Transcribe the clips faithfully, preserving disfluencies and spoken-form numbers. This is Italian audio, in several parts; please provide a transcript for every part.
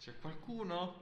C'è qualcuno?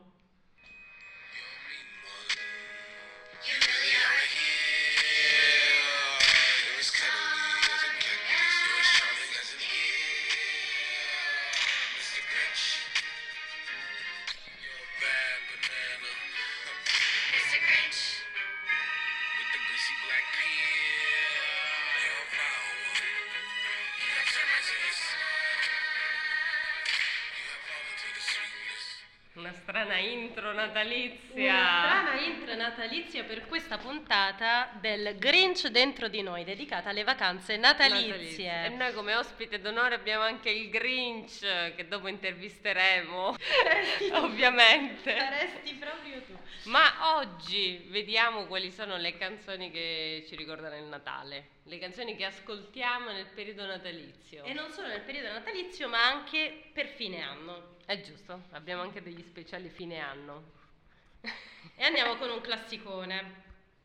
Una strana intro natalizia. Una strana intro natalizia per questa puntata del Grinch dentro di noi, dedicata alle vacanze natalizie. natalizie. E noi come ospite d'onore abbiamo anche il Grinch, che dopo intervisteremo, ovviamente. Saresti proprio tu. Ma oggi vediamo quali sono le canzoni che ci ricordano il Natale, le canzoni che ascoltiamo nel periodo natalizio. E non solo nel periodo natalizio, ma anche per fine anno. È giusto, abbiamo anche degli speciali fine anno. E andiamo con un classicone.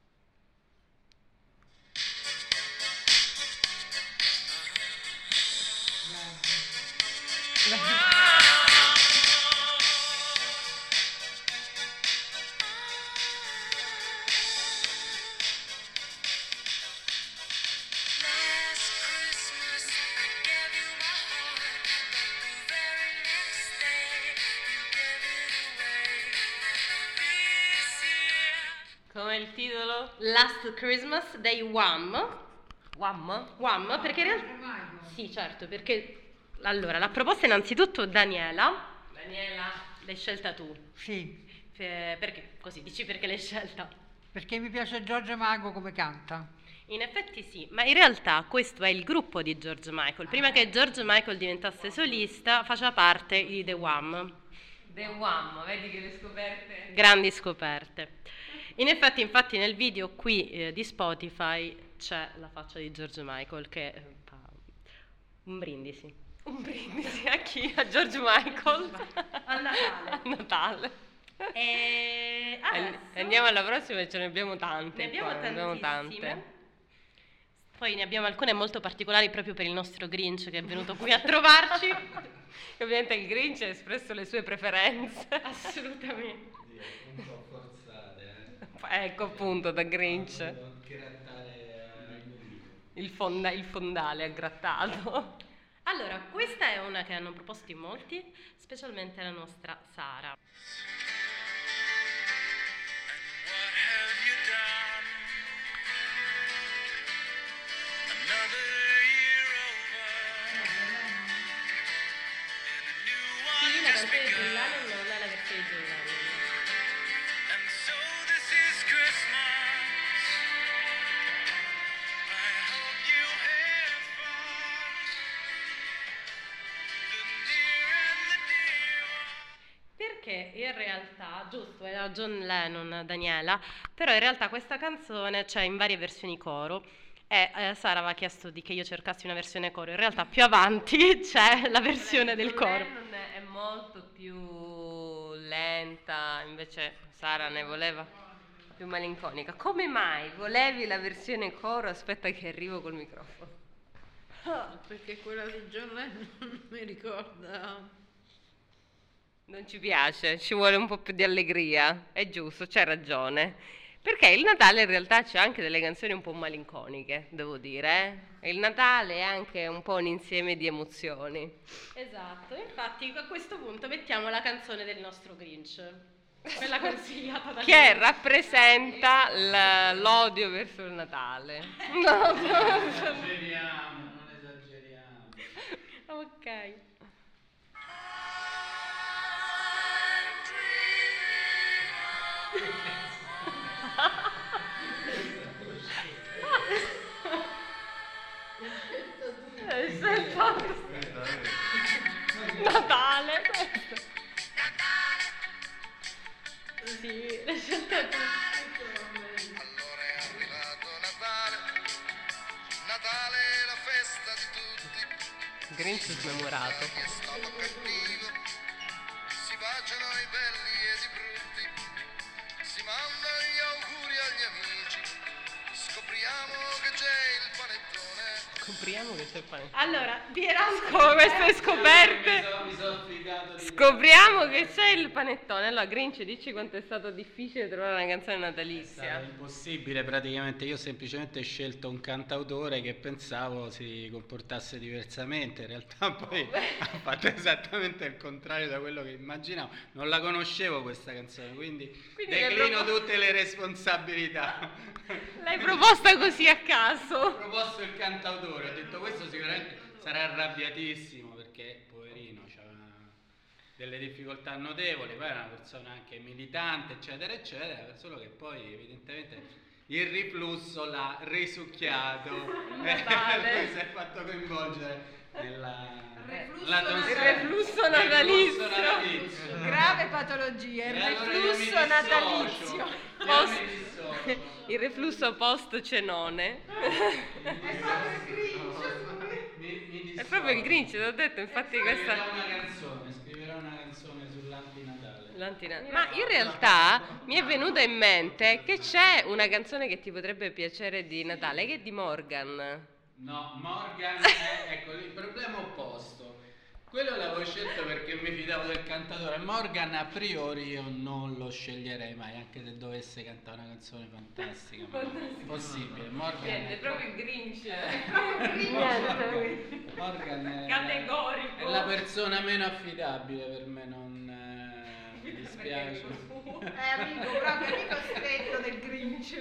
Come il titolo? Last Christmas dei Wham. Wham? Wham, perché in realtà... Sì, certo, perché... Allora, l'ha proposta innanzitutto Daniela. Daniela? L'hai scelta tu. Sì, Eh, perché? Così, dici perché l'hai scelta? perché mi piace Giorgio Mago come canta. In effetti sì, ma in realtà questo è il gruppo di George Michael. Prima che George Michael diventasse solista, faceva parte di The Wham. The Wham, vedi che le scoperte? Grandi scoperte. In effetti, infatti, nel video qui eh, di Spotify c'è la faccia di George Michael che eh, fa un brindisi. Un brindisi a chi? A George Michael? A Natale. A Natale. E adesso Andiamo alla prossima, ce ne abbiamo tante. ne abbiamo qua, ne abbiamo tantissime. tante. Poi ne abbiamo alcune molto particolari proprio per il nostro Grinch che è venuto qui a trovarci. E ovviamente il Grinch ha espresso le sue preferenze. Assolutamente. Un po' forzate, eh. Ecco appunto da Grinch. Non grattare al mulino. Il, fonda- il fondale aggrattato. Allora, questa è una che hanno proposto in molti, specialmente la nostra Sara. Sì, la canzone di John Lennon non è la versione di John Lennon. Perché in realtà, giusto, era John Lennon, Daniela, però in realtà questa canzone c'è in varie versioni coro e eh, Sara aveva chiesto di che io cercassi una versione coro, in realtà più avanti c'è la versione del coro. John Lennon è molto più lenta, invece Sara ne voleva più malinconica. Come mai volevi la versione coro? Aspetta che arrivo col microfono. Perché quella di John Lennon mi ricorda. Non ci piace, ci vuole un po' più di allegria. È giusto, c'hai ragione. Perché il Natale in realtà c'è anche delle canzoni un po' malinconiche, devo dire. eh. Il Natale è anche un po' un insieme di emozioni. Esatto, infatti a questo punto mettiamo la canzone del nostro Grinch, quella consigliata da Che rappresenta l- l'odio verso il Natale. No, Non esageriamo, non esageriamo. Ok. Natale. Sì, l'hai scelta tu. Allora è arrivato Natale, Natale è la festa di tutti, Grinch smemorato. chi è stato cattivo, si baciano i belli e i brutti, si mandano gli auguri agli amici, scopriamo che c'è il panettone. Scopriamo che c'è il pane. Allora, dirò Come queste scoperte. Mi sono complicato di Scopriamo trovare. che c'è il panettone. Allora, Grinch, dici quanto è stato difficile trovare una canzone È natalizia. stato impossibile praticamente, io ho semplicemente scelto un cantautore che pensavo si comportasse diversamente, in realtà poi ha fatto esattamente il contrario da quello che immaginavo, non la conoscevo questa canzone, quindi, Quindi l'hai declino proprio- tutte le responsabilità. L'hai proposta così a Ho caso. proposto il cantautore, ho detto questo sicuramente sarà arrabbiatissimo perché poverino c'aveva delle difficoltà notevoli, poi era una persona anche militante eccetera eccetera, solo che poi evidentemente il riflusso l'ha risucchiato Natale. e lui si è fatto coinvolgere nella Reflusso la natalizio. tons- Il reflusso natalizio. reflusso natalizio. Grave patologia, il E allora io mi reflusso dissocio, natalizio. io Post- mi dissocio. Il reflusso post cenone. Mi- mi È proprio il dissocio. Grinch, te l'ho detto, infatti questa... Scriverò una canzone, scriverò una canzone sull'antinatale. L'antina- Ma in realtà mi è venuto in mente che c'è una canzone che ti potrebbe piacere di Natale, che è di Morgan. No, Morgan è, ecco, il problema opposto. Quello l'avevo scelto perché mi fidavo del cantatore. Morgan a priori io non lo sceglierei mai, anche se dovesse cantare una canzone fantastica. Ma è impossibile. Morgan Niente, è, proprio il Grinch. Morgan è, Categorico. è la persona meno affidabile per me, non eh, mi dispiace. È amico, proprio amico stretto del Grinch.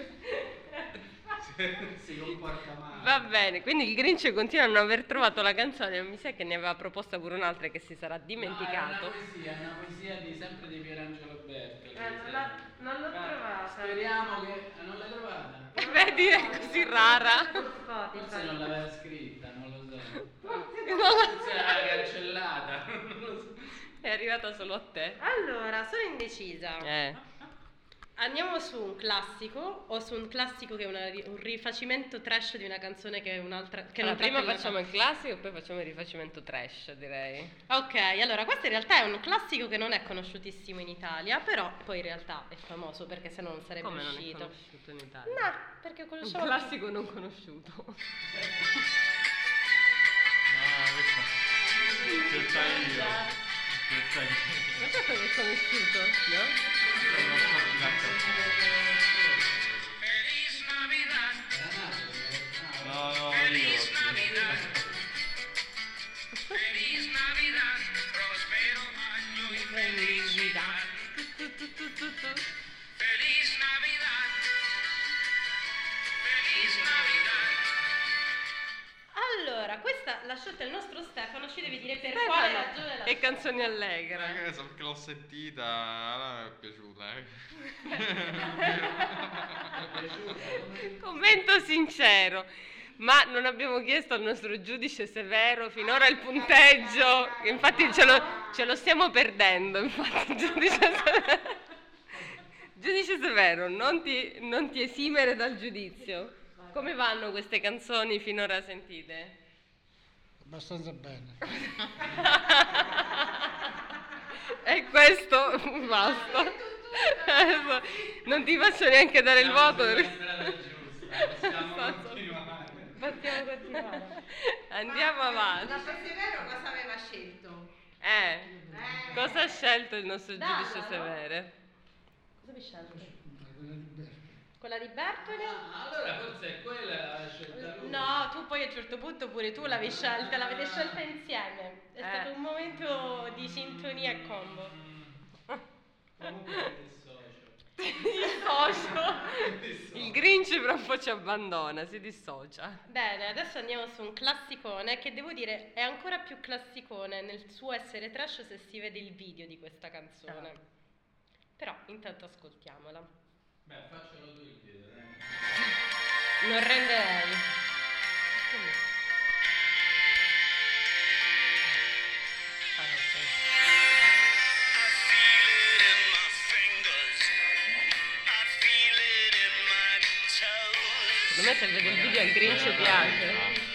Si comporta male. Va bene, quindi il Grinch continua a non aver trovato la canzone, mi sa che ne aveva proposta pure un'altra che si sarà dimenticato. No, è una poesia, è una poesia di, sempre di Pierangelo Bertoli. Eh, non l'ha- non l'ho Ah, trovata. Speriamo che... ah, non l'hai trovata? Vedi, è così rara. Forse non l'aveva scritta, non lo so. No, Forse l'aveva cancellata, non lo so. è arrivata solo a te. Allora, sono indecisa. Eh. Andiamo su un classico o su un classico che è una ri- un rifacimento trash di una canzone che è un'altra che Allora, non prima tratta il facciamo il classico e poi facciamo il rifacimento trash, direi. Ok, allora questo in realtà è un classico che non è conosciutissimo in Italia, però poi in realtà è famoso perché se no non sarebbe Come non è uscito. conosciuto in Italia? No, perché Un conosciamo classico non conosciuto. Scherza io. Scherza io. Ma certo che è conosciuto, no? Feliz Navidad, No, no, feliz io. Navidad, feliz Navidad, prospero año y felicidad. Feliz Navidad, feliz Navidad. Allora, questa l'ha scelta il nostro Stefano, ci devi dire per quale Stefano, ragione l'ha che canzoni allegra. Che so che l'ho sentita, a me è piaciuta. Eh. Commento sincero. Ma non abbiamo chiesto al nostro giudice severo finora il punteggio, che infatti ce lo, ce lo stiamo perdendo, infatti, giudice severo. Giudice severo, non ti, non ti esimere dal giudizio. Come vanno queste canzoni finora sentite? Abbastanza bene. E questo basta. Adesso non ti faccio neanche dare il voto. Siamo perché- sulla strada giusta, possiamo Esatto. continuare. Possiamo continuare. Andiamo avanti. La Severo cosa aveva scelto? Eh, Eh, cosa ha scelto il nostro Dalla, giudice no? severo? Cosa vi scelte? Quella di Bertoli? Ah, allora forse è quella la scelta lui. No, tu poi a un certo punto pure tu l'avevi scelta, l'avete scelta insieme. È Eh. stato un momento di sintonia e combo. Comunque mi dissocio. Dissocio. Il Grinch fra un po' ci abbandona, si dissocia. Bene, adesso andiamo su un classicone che devo dire è ancora più classicone nel suo essere trash se si vede il video di questa canzone. Però intanto ascoltiamola. Beh, faccelo tu il video, dai. Non renderei. I feel it in my fingers. I feel it in my toes. Secondo me se vede il video al Grinch piace.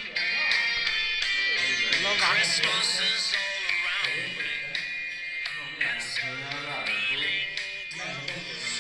Lo va. Christmas is all around me. And so the feeling grows.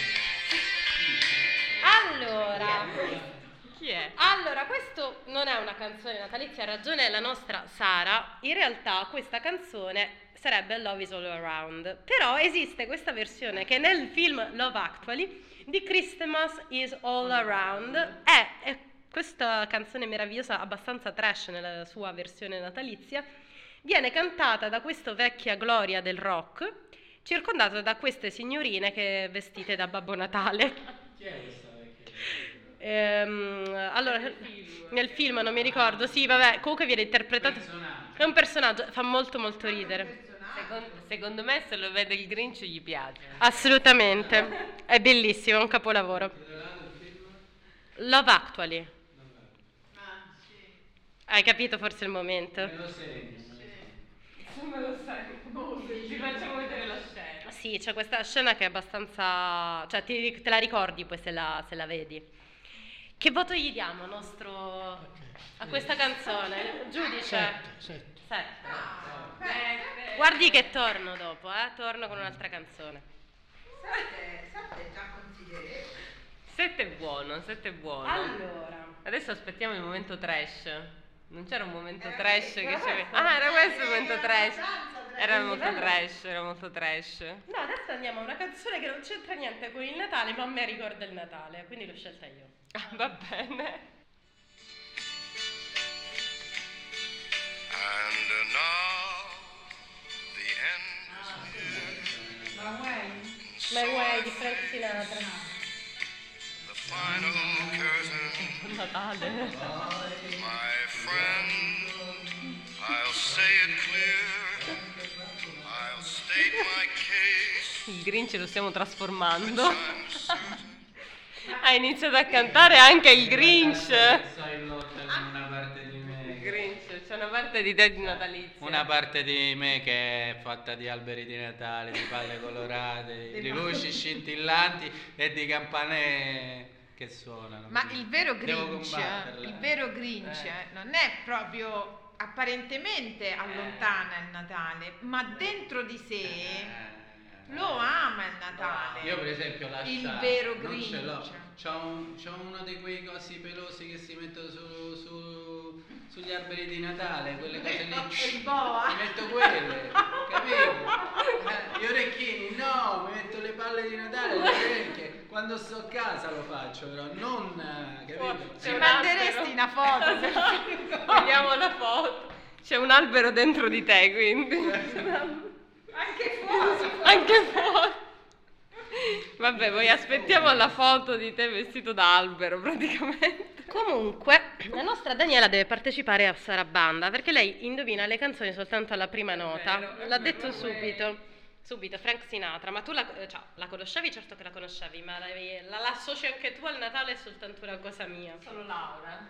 Allora, Chi è? allora, questo non è una canzone natalizia, ha ragione la nostra Sara. In realtà questa canzone sarebbe Love is All Around. Però esiste questa versione che nel film Love Actually di Christmas is All Around è, è questa canzone meravigliosa, abbastanza trash nella sua versione natalizia, viene cantata da questa vecchia gloria del rock, circondata da queste signorine che vestite da Babbo Natale. Chi è questa vecchia? Ehm, allora, nel film. nel film non mi ricordo, sì, vabbè, comunque viene interpretato. Personaggio. È un personaggio, fa molto molto ridere. Secondo, secondo me se lo vede il Grinch gli piace. Assolutamente, è bellissimo, è un capolavoro. Titolato il film? Love Actually, Ah, sì. hai capito forse il momento? Me lo segno. Come lo sai? Ti facciamo vedere la scena. Sì, c'è questa scena che è abbastanza, cioè ti- te la ricordi poi se la, se la vedi. Che voto gli diamo nostro, a questa canzone? Giudice? Sette, sette. Sette. Guardi che torno dopo, eh? Torno con un'altra canzone. Sette, sette già considerevole. Sette è buono, sette è buono. Allora, Adesso aspettiamo il momento trash. Non c'era un momento Era trash questo, che era c'era. questo. Ah, era questo il Era momento abbastanza trash. trash. Era molto Bello. trash, era molto trash. no, adesso andiamo a una canzone che non c'entra niente con il Natale, ma a me ricorda il Natale, quindi l'ho scelta io. Ah, va bene. And now the end is near. Ma vuoi? And so My Way I di Frank Sinatra. the final curtain, Natale. my friend. I'll say it clear. I'll state my case. Il Grinch lo stiamo trasformando. I'm certain. Ha iniziato a cantare anche il Grinch. So in lotta con una parte di me. Grinch, c'è una parte di te di natalizio. Una parte di me che è fatta di alberi di Natale, di palle colorate, di luci scintillanti e di campane che suonano. Ma il vero Devo Grinch, combatterla. il vero Grinch Eh. non è proprio apparentemente allontana il Natale, ma dentro di sé Eh. lo ama il Natale. Io per esempio la Il sciarpa, vero non ce l'ho. Grinch. C'ho, un- c'ho uno di quei cosi pelosi che si mettono su, su- sugli alberi di Natale, quelle cose lì. Il boa. Mi metto quelle, capito? Eh, gli orecchini, no, mi metto le palle di Natale, le orecchie. Quando sto a casa lo faccio, però non, eh, capito? Ci C'è un manderesti albero. una foto per film? Vediamo la foto. C'è un albero dentro di te, quindi. Anche fuori. Anche fuori. Vabbè, poi aspettiamo la foto di te vestito da albero, praticamente. Comunque, la nostra Daniela deve partecipare a Sarabanda perché lei indovina le canzoni soltanto alla prima nota. vero, L'ha è detto vero. subito. Subito, Frank Sinatra. Ma tu la, cioè, la conoscevi? Certo che la conoscevi, ma la, la, la associ anche tu al Natale, è soltanto una cosa mia. Solo Laura.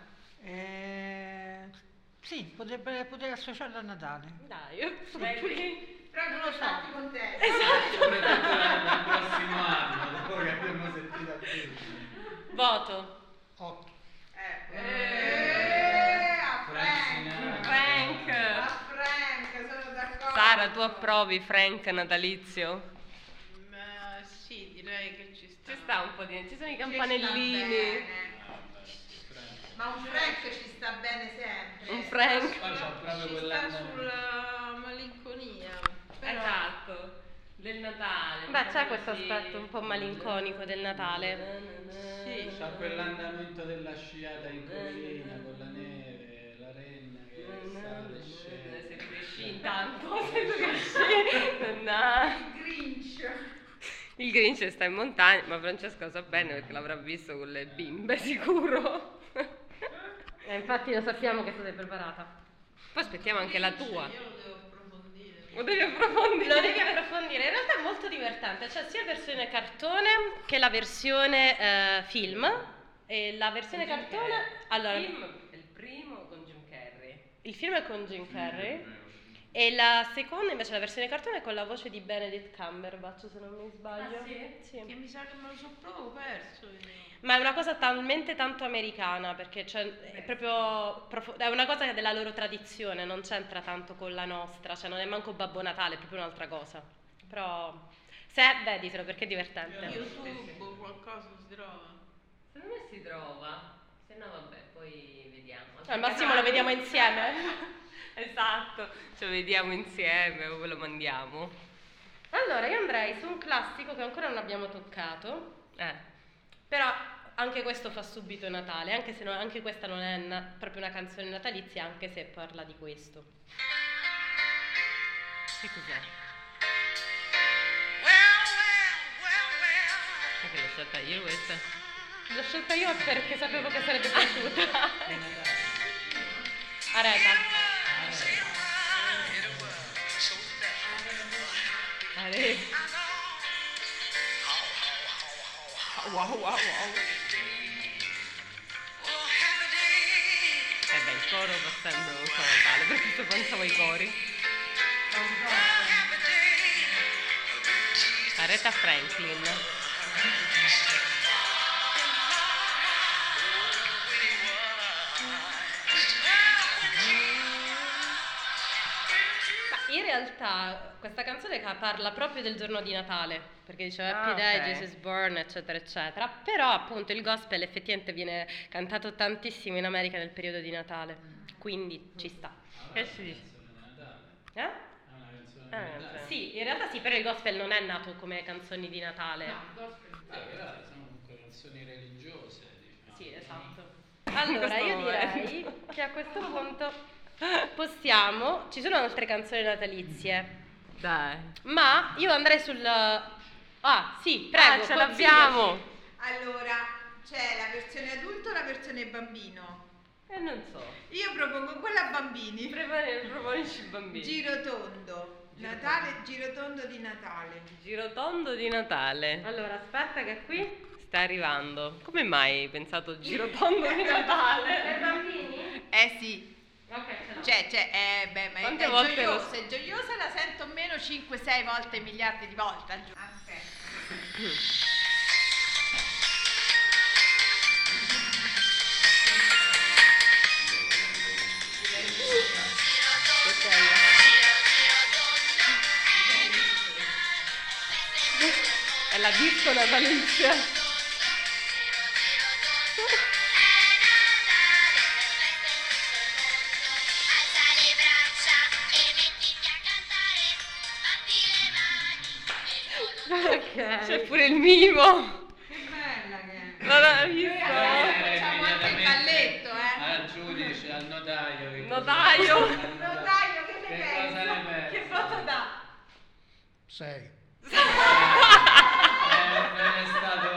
Eh, sì, potrebbe poter associarlo a Natale. Dai, Vedi? Proprio non stati contenti. Soprattutto nel prossimo anno, dopo che abbiamo sentito qui. voto. otto. Eh, eh, a Frank Frank. Frank. A Frank, sono d'accordo. Sara, tu approvi Frank natalizio? Ma sì, direi che ci sta. Ci sta un po' di. Ci sono i Ci sta campanellini. bene. Ma un Frank ci sta bene sempre. Un Frank. Poi c'ho proprio Ci sta quell'andamento. sulla malinconia. Però Esatto. Del Natale. Beh, c'è diciamo questo così. aspetto un po' malinconico del Natale. Sì. C'ha quell'andamento della sciata in collina con la neve, la renna che sale e scende. Se cresci intanto, se cresci. No. il Grinch. Il Grinch sta in montagna, ma Francesca sa bene perché l'avrà visto con le bimbe, sicuro. Eh, infatti lo sappiamo che tu sei preparata. Poi aspettiamo anche la tua. Io lo devo approfondire. Lo devi approfondire. Lo devi approfondire, in realtà è molto divertente, c'è sia la versione cartone che la versione eh, film. E la versione Con Jim cartone, Carrey. allora, Il film è il primo con Jim Carrey. il film è con Jim Carrey e la seconda invece la versione cartone è con la voce di Benedict Cumberbatch, se non mi sbaglio. Ah, sì? Sì. Che mi sa che me lo so proprio perso. io. Ma è una cosa talmente tanto americana perché cioè, è proprio profo- è una cosa della loro tradizione, non c'entra tanto con la nostra, cioè non è manco Babbo Natale, è proprio un'altra cosa. Però se veditelo perché è divertente. YouTube o qualcosa si trova. Secondo me si trova. Se no vabbè, poi vediamo. Al massimo lo vediamo insieme. Esatto, ci vediamo insieme o ve lo mandiamo. Allora, io andrei su un classico che ancora non abbiamo toccato, Eh, però anche questo fa subito Natale, anche se no- anche questa non è na- proprio una canzone natalizia, anche se parla di questo. che cos'è? Well, well, well, well. Perché l'ho scelta io questa? L'ho scelta io perché sapevo che sarebbe piaciuta. Areta. Are- Wow, wow, wow. Eh beh, il coro fa sempre un po' Natale, per questo pensavo ai cori. Aretha Franklin. Ma in realtà questa canzone ca- parla proprio del giorno di Natale, perché dice Happy Ah, Day, ok. Jesus is born, eccetera, eccetera. Però appunto il gospel effettivamente viene cantato tantissimo in America nel periodo di Natale, quindi ci sta. Che si dice? Eh? È una canzone Ah, di Natale. Sì, in realtà sì, però il gospel non è nato come canzoni di Natale. Beh, però sono comunque canzoni religiose, diciamo. Sì, esatto. Allora, io Questo è. direi che a questo punto possiamo... Ci sono altre canzoni natalizie, Dai. ma io andrei sul... Ah, sì, prego, Ah, ce consigliaci. l'abbiamo. Allora, c'è la versione adulto e la versione bambino. E non so. Io propongo quella bambini. Prepari- Proponisci i bambini. Giro tondo. Natale, giro tondo di Natale. Girotondo di Natale. Allora, aspetta che qui... Sta arrivando. Come mai hai pensato girotondo di Natale? Per bambini? Eh sì, Ok, ce l'ho. cioè, cioè eh, beh, ma è, Quante è volte gioiosa, lo- è gioiosa, la sento almeno cinque sei volte, miliardi di volte al giorno. Aspetta. È la disco natalizia. Alza le braccia e mettiti a cantare, batti le mani. C'è pure il mimo. Che bella che è. Non l'hai Eh, visto? facciamo anche il balletto, eh. Al giudice, al notaio. che cosa- Notaio. al Notaio, che ne Che pensa? cosa ne pensa? Che voto dà? Sei. Eh, non è stato...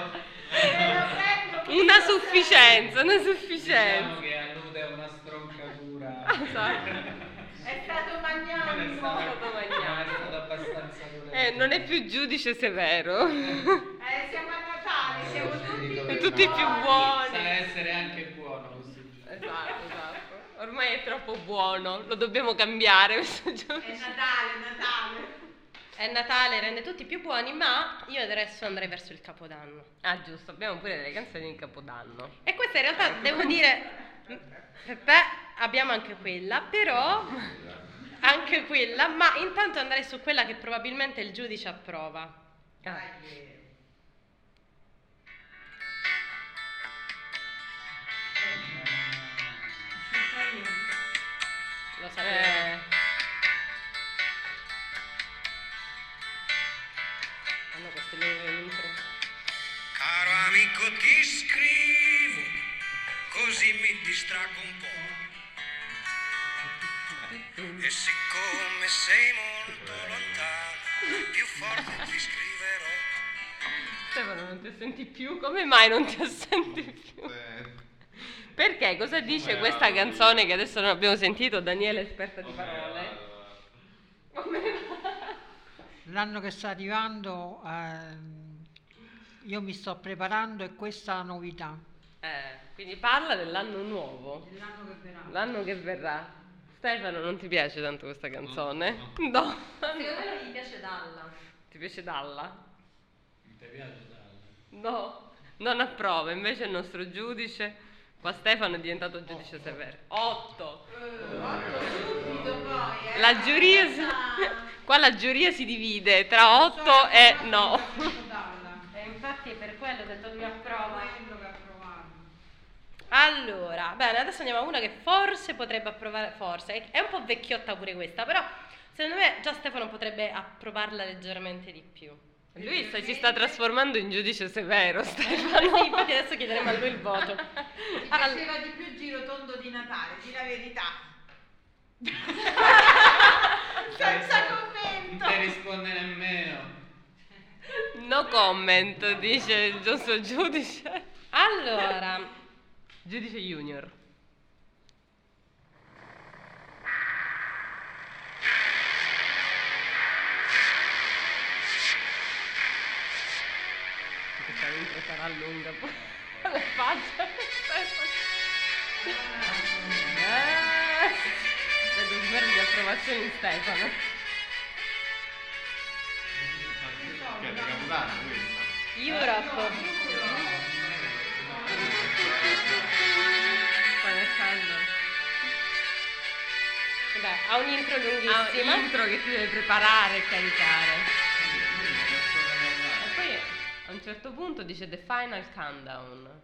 Una sufficienza, una Diciamo sufficienza. che allude a una stroncatura. Esatto. È stato Non è magnanimo. stato, stato non magnanimo. è stato abbastanza Eh, non è più giudice severo. Eh, siamo a Natale, siamo tutti E più tutti più buoni. Sa essere anche buono questo giorno. Esatto, esatto. Ormai è troppo buono, lo dobbiamo cambiare questo giorno. È Natale, Natale. È Natale, rende tutti più buoni, ma io adesso andrei verso il Capodanno. Ah, giusto, abbiamo pure delle canzoni di Capodanno. E questa in realtà, devo dire, beh, abbiamo anche quella, però, anche quella, ma intanto andrei su quella che probabilmente il giudice approva. Ah. Lo sapevo. Eh, Hanno queste loro intro. Caro amico ti scrivo, così mi distraggo un po'. E siccome sei molto lontano, più forte ti scriverò. Stefano, non ti senti più? Come mai non ti senti più? Eh, Perché? Cosa dice Come questa va? canzone che adesso non abbiamo sentito? Daniele, esperta di come va? parole. Come va? L'anno che sta arrivando, ehm, io mi sto preparando e questa è la novità. Eh, quindi parla dell'anno nuovo, L'anno che verrà. l'anno che verrà. Stefano, non ti piace tanto questa canzone? No. Secondo me non gli piace Dalla. Ti piace Dalla? Non ti piace Dalla? No, non approva, invece il nostro giudice, qua Stefano è diventato giudice severo. Otto. Subito poi, eh. La giuria si... Qua la giuria si divide tra otto e no. E infatti è per quello ho detto che approva. Quello che ha provato. Allora, bene, adesso andiamo a una che forse potrebbe approvare, forse, è- è un po' vecchiotta pure questa, però secondo me già Stefano potrebbe approvarla leggermente di più. Lui sta- si sta trasformando in giudice severo, Stefano. Sì, infatti adesso chiederemo a lui il voto. Mi All- piaceva di più il girotondo di Natale, di la verità. Senza commento. Non ti risponde nemmeno. No comment, dice il giusto giudice. Allora, Giudice junior. Questa intro sarà lunga, poi la faccia. Eh, vedo sguardi di approvazione in Stefano. Che è di Capodanno questa? Europe. Final Countdown. Vabbè, ha un'intro Ah, lunghissima. intro che ti deve preparare e caricare. E poi a un certo punto dice The Final Countdown.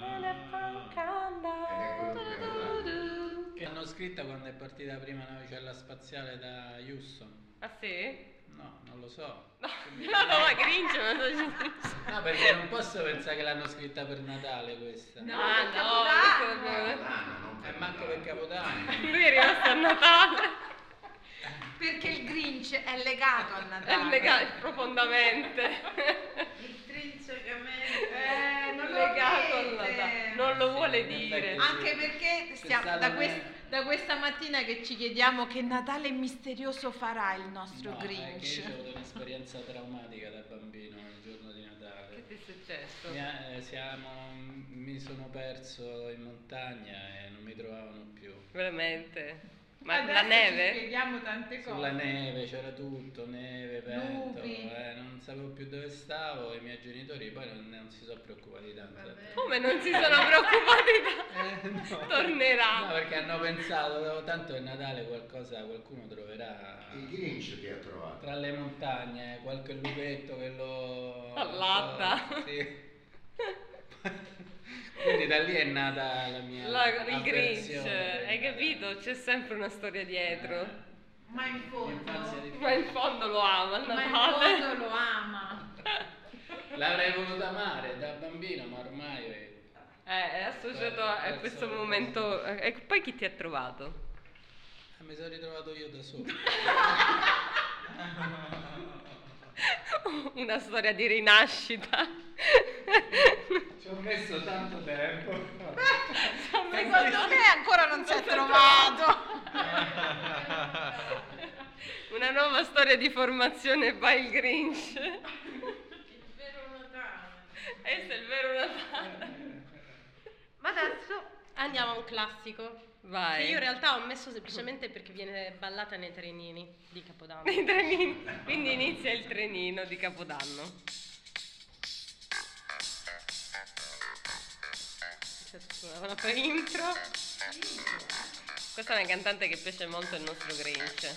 Che hanno scritto quando è partita la prima navicella spaziale da Houston. Ah sì? No, non lo so. No, no, no, ma Grinch, ma so- No, perché non posso pensare che l'hanno scritta per Natale questa. No, Ah, per no, Capodanno. questo- E manco per Capodanno. lui è rimasto a Natale. Perché il Grinch è legato a È Natale. legato profondamente. Intrinsecamente. Eh, non lo Legato al vede. Natale. Non lo vuole in dire. effetti Anche perché stiamo, stato da, un- quest- da questa mattina che ci chiediamo che Natale misterioso farà il nostro No, è che Grinch. io ho avuto un'esperienza traumatica da bambino il giorno di Natale. Che ti è successo? Mi, eh, siamo, mi sono perso in montagna e non mi trovavano più. Veramente? Ma Adesso la ci neve? spieghiamo tante cose. Sulla neve c'era tutto, neve, vento, Nubi. eh, non sapevo più dove stavo e i miei genitori poi non, non si sono preoccupati tanto. Vabbè. Come non si sono preoccupati? Eh, no. Tornerà. No, perché hanno pensato, tanto è Natale qualcosa, qualcuno troverà Il Grinch che ha trovato. tra le montagne, qualche lupetto che lo Allatta. Sì. Quindi da lì è nata la mia La- il Grinch, avversione. hai capito? C'è sempre una storia dietro. Ma in fondo, L'infanzia di- Ma in fondo lo ama il ma in Natale. fondo lo ama. L'avrei voluto amare da bambino, ma ormai è- Eh, è associato a a questo momento. E poi chi ti ha trovato? eh, mi sono ritrovato io da solo. Una storia di rinascita. Ci ho messo tanto tempo. Secondo me ancora non si è trovato. Una nuova storia di formazione by il Grinch. Il vero Natale. Questo è il vero Natale. Ma adesso andiamo a un classico. Vai. Che io in realtà ho messo semplicemente perché viene ballata nei trenini di Capodanno. I trenini. Quindi inizia il trenino di Capodanno. C'è tutta una per intro. Questa è una cantante che piace molto al nostro Grinch.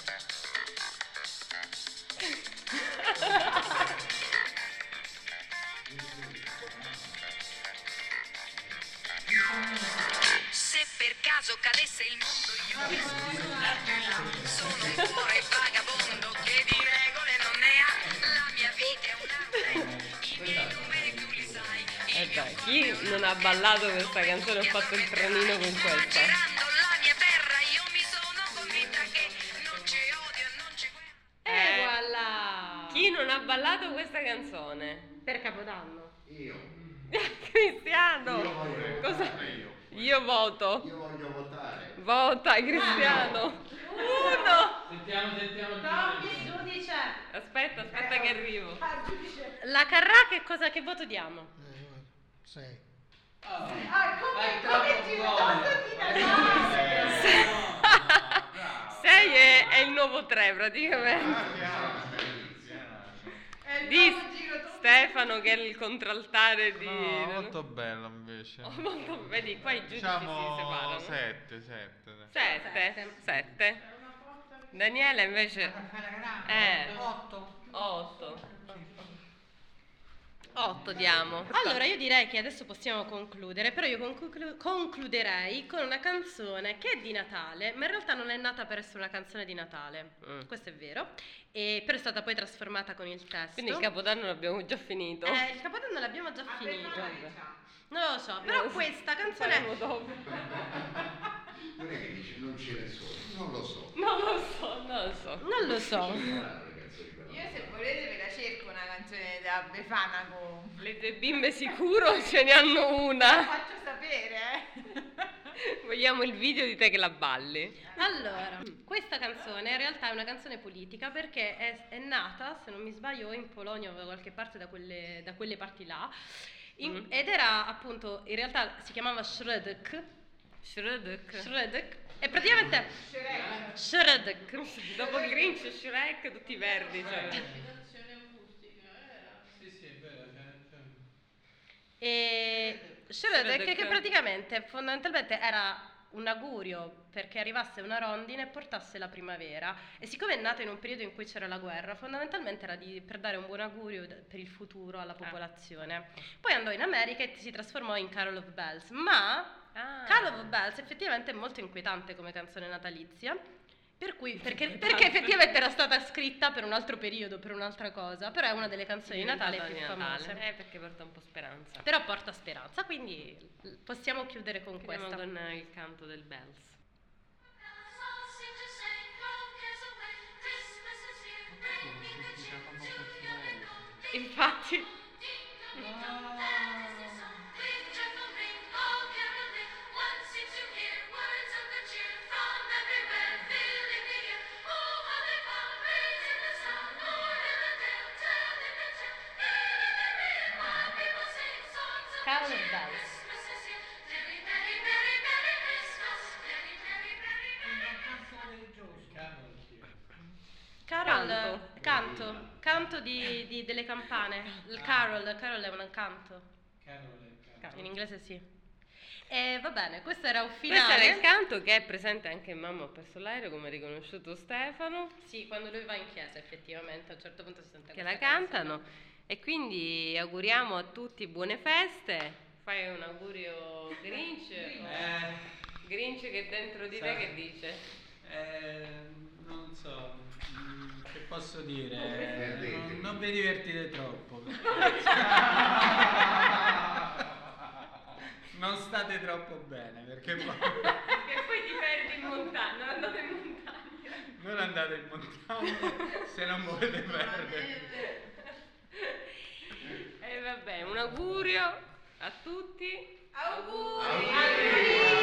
Se per caso cadesse il mondo io mi sono un cuore vagabondo che di regole non ne ha. La mia vita è un'arte, i miei numeri tu li sai. E dai, chi non ha ballato questa canzone ho fatto il trenino con questa. Girando la mia terra io mi sono convinta che non c'è odio e non c'è guerra. E Eh, voilà! Chi non ha ballato questa canzone? Per Capodanno. Io. Cristiano! Io voglio Cosa? votare io. Io voto. Io voglio votare. Vota Cristiano. Uno. Sentiamo, sentiamo il Tommy, giudice. giudice. Aspetta, aspetta che arrivo. Ah, giudice. La Carrà che cosa che voto diamo? Sei. Oh, Ah, come, hai come troppo il girotondo di voglia. Natale. sei è, è il nuovo tre praticamente. È il Di nuovo girotondo. Stefano che è il contraltare di... No, molto bello invece. Oh, molto- vedi, qua i giudici si Diciamo separano. sette, sette. Sette. Sette. Daniela invece... Fai la grande. Eh. Otto. Otto. otto diamo. Allora io direi che adesso possiamo concludere, però io conclu- concluderei con una canzone che è di Natale, ma in realtà non è nata per essere una canzone di Natale, Mm. questo è vero, e però è stata poi trasformata con il testo. Quindi il Capodanno l'abbiamo già finito. Eh, il Capodanno l'abbiamo già Ah, finito. per noi, Non lo so, però questa canzone... Faremo dopo. Non è che dice non ce ne sono, non lo so. Non lo so, non lo so. Non lo so. Ci saranno le canzoni per Io Natale. se volete ve la cerco una canzone da Befana con... Le tue bimbe sicuro ce ne hanno La una. faccio sapere, eh. Vogliamo il video di te che la balli. Allora, questa canzone in realtà è una canzone politica perché è, è nata, se non mi sbaglio, in Polonia o da qualche parte da quelle, da quelle parti là, in- Mm. ed era appunto, in realtà si chiamava Shredek, Shrek. Shredek, e praticamente Shredek, Dopo Grinch, Shrek, tutti verdi. Cioè. Sì, sì, è vero. Cioè, cioè. e Shredek Shredek. che praticamente fondamentalmente era un augurio perché arrivasse una rondine e portasse la primavera, e siccome è nato in un periodo in cui c'era la guerra, fondamentalmente era di- per dare un buon augurio d- per il futuro alla popolazione. Poi andò in America e si trasformò in Carol of Bells, ma Ah. Carol of Bells effettivamente è molto inquietante come canzone natalizia, per cui, perché, perché effettivamente era stata scritta per un altro periodo, per un'altra cosa, però è una delle canzoni di Natale più Di Natale. famose. Eh, perché porta un po' speranza. Però porta speranza, quindi l- possiamo chiudere con Chiudiamo questa. con il canto del Bells. Infatti. Carol of Bells. Carol, Canto. canto, canto di, di- delle campane. Il carol, carol è un canto. In inglese sì. E va bene, questo era un Questo era finale. il canto che è presente anche in Mamma ho perso l'aereo, come ha riconosciuto Stefano, Sì, quando lui va in chiesa effettivamente a un certo punto si sente che questa la cantano. canzone. E quindi auguriamo a tutti buone feste. Fai un augurio Grinch? Eh, Grinch che dentro di te Sa- che dice? eh, non so, mm, che posso dire? Perdete. Non, non vi divertite troppo. Non state troppo bene, perché poi Che poi ti perdi in montagna, non andate in montagna. non andate in montagna se non volete perdere. E vabbè, un augurio a tutti. Auguri! Auguri!